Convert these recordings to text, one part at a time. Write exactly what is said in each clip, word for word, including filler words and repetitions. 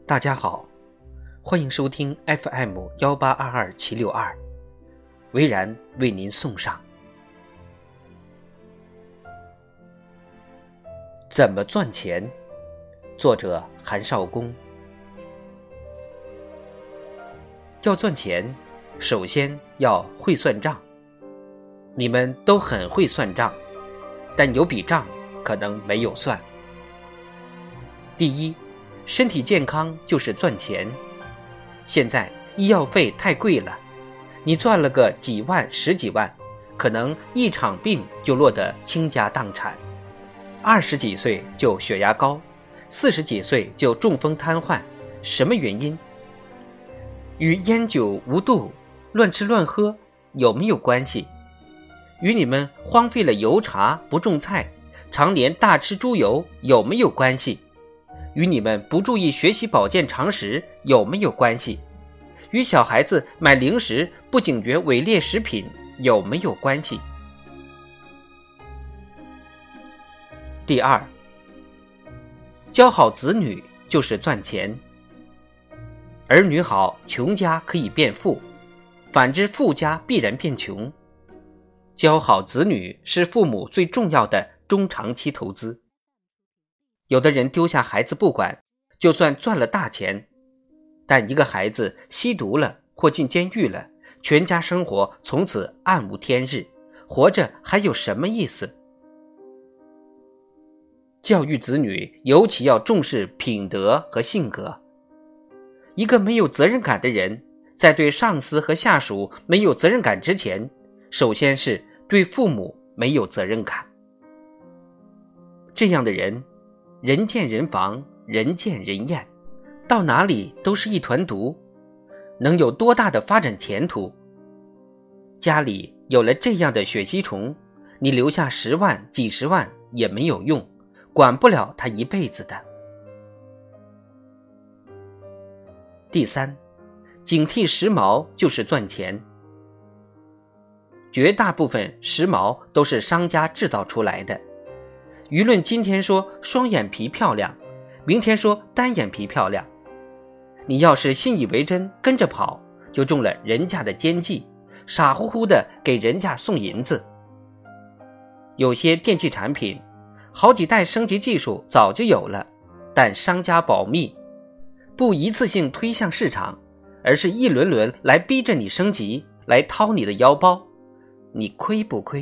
大家好，欢迎收听 F M 一八二二七六二，维然为您送上怎么赚钱，作者韩少功。要赚钱，首先要会算账。你们都很会算账，但有笔账可能没有算。第一，身体健康就是赚钱。现在医药费太贵了，你赚了个几万十几万，可能一场病就落得倾家荡产，二十几岁就血压高，四十几岁就中风瘫痪，什么原因？与烟酒无度、乱吃乱喝有没有关系？与你们荒废了油茶不种菜，常年大吃猪油有没有关系？与你们不注意学习保健常识有没有关系？与小孩子买零食不警觉伪劣食品有没有关系？第二，教好子女就是赚钱。儿女好，穷家可以变富，反之富家必然变穷。教好子女是父母最重要的中长期投资。有的人丢下孩子不管，就算赚了大钱，但一个孩子吸毒了或进监狱了，全家生活从此暗无天日，活着还有什么意思？教育子女尤其要重视品德和性格。一个没有责任感的人，在对上司和下属没有责任感之前，首先是对父母没有责任感。这样的人，人见人防，人见人厌，到哪里都是一团毒，能有多大的发展前途？家里有了这样的血吸虫，你留下十万几十万也没有用，管不了他一辈子的。第三，警惕时髦就是赚钱。绝大部分时髦都是商家制造出来的。舆论今天说双眼皮漂亮，明天说单眼皮漂亮。你要是信以为真跟着跑，就中了人家的奸计，傻乎乎的给人家送银子。有些电器产品好几代升级技术早就有了，但商家保密，不一次性推向市场，而是一轮轮来逼着你升级，来掏你的腰包，你亏不亏？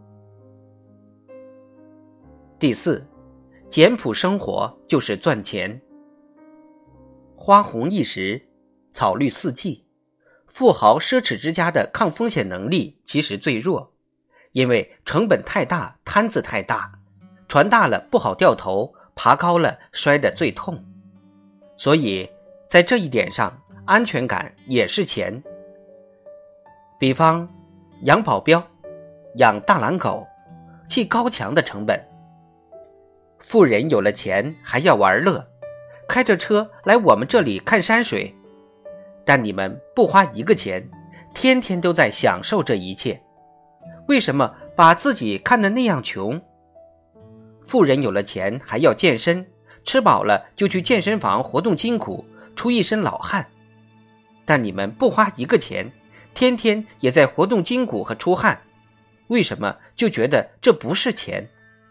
第四，简朴生活就是赚钱。花红一时，草绿四季，富豪奢侈之家的抗风险能力其实最弱，因为成本太大，摊子太大，船大了不好掉头，爬高了摔得最痛。所以在这一点上，安全感也是钱。比方养保镖，养大狼狗，砌高墙的成本。富人有了钱还要玩乐，开着车来我们这里看山水，但你们不花一个钱，天天都在享受这一切，为什么把自己看得那样穷？富人有了钱还要健身，吃饱了就去健身房活动筋骨，出一身老汗，但你们不花一个钱，天天也在活动筋骨和出汗，为什么就觉得这不是钱？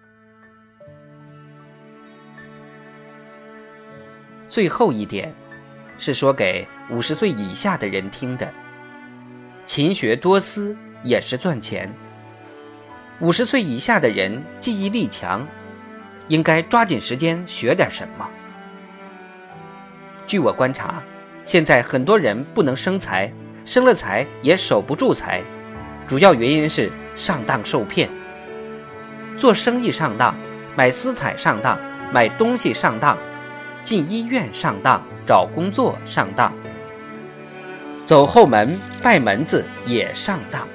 最后一点是说给五十岁以下的人听的，勤学多思也是赚钱。五十岁以下的人记忆力强，应该抓紧时间学点什么。据我观察，现在很多人不能生财，生了财也守不住财，主要原因是上当受骗。做生意上当，买私彩上当，买东西上当，进医院上当，找工作上当，走后门拜门子也上当。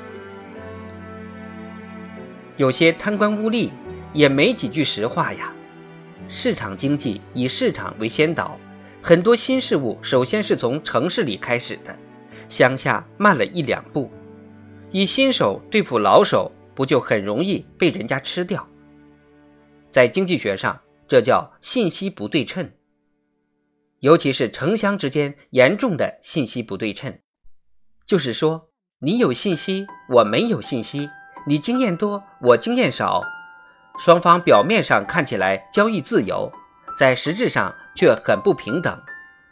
有些贪官污吏也没几句实话呀。市场经济以市场为先导，很多新事物首先是从城市里开始的，乡下慢了一两步。以新手对付老手，不就很容易被人家吃掉？在经济学上，这叫信息不对称。 尤其是城乡之间严重的信息不对称。就是说，你有信息，我没有信息，你经验多，我经验少，双方表面上看起来交易自由，在实质上却很不平等。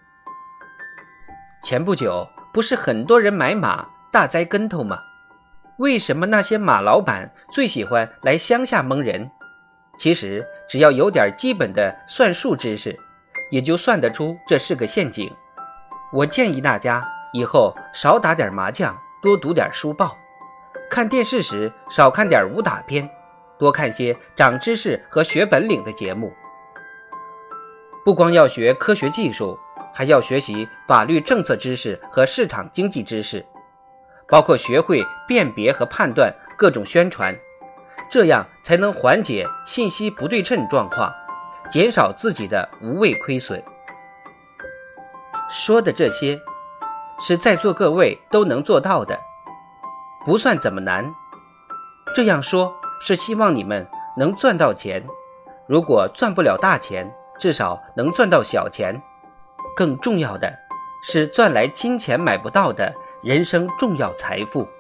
前不久，不是很多人买马大栽跟头吗？为什么那些马老板最喜欢来乡下蒙人？其实只要有点基本的算术知识，也就算得出这是个陷阱。我建议大家以后少打点麻将，多读点书报，看电视时少看点武打片，多看些长知识和学本领的节目。不光要学科学技术，还要学习法律政策知识和市场经济知识，包括学会辨别和判断各种宣传，这样才能缓解信息不对称状况，减少自己的无谓亏损。说的这些是在座各位都能做到的，不算怎么难。这样说是希望你们能赚到钱，如果赚不了大钱，至少能赚到小钱。更重要的是赚来金钱买不到的人生重要财富。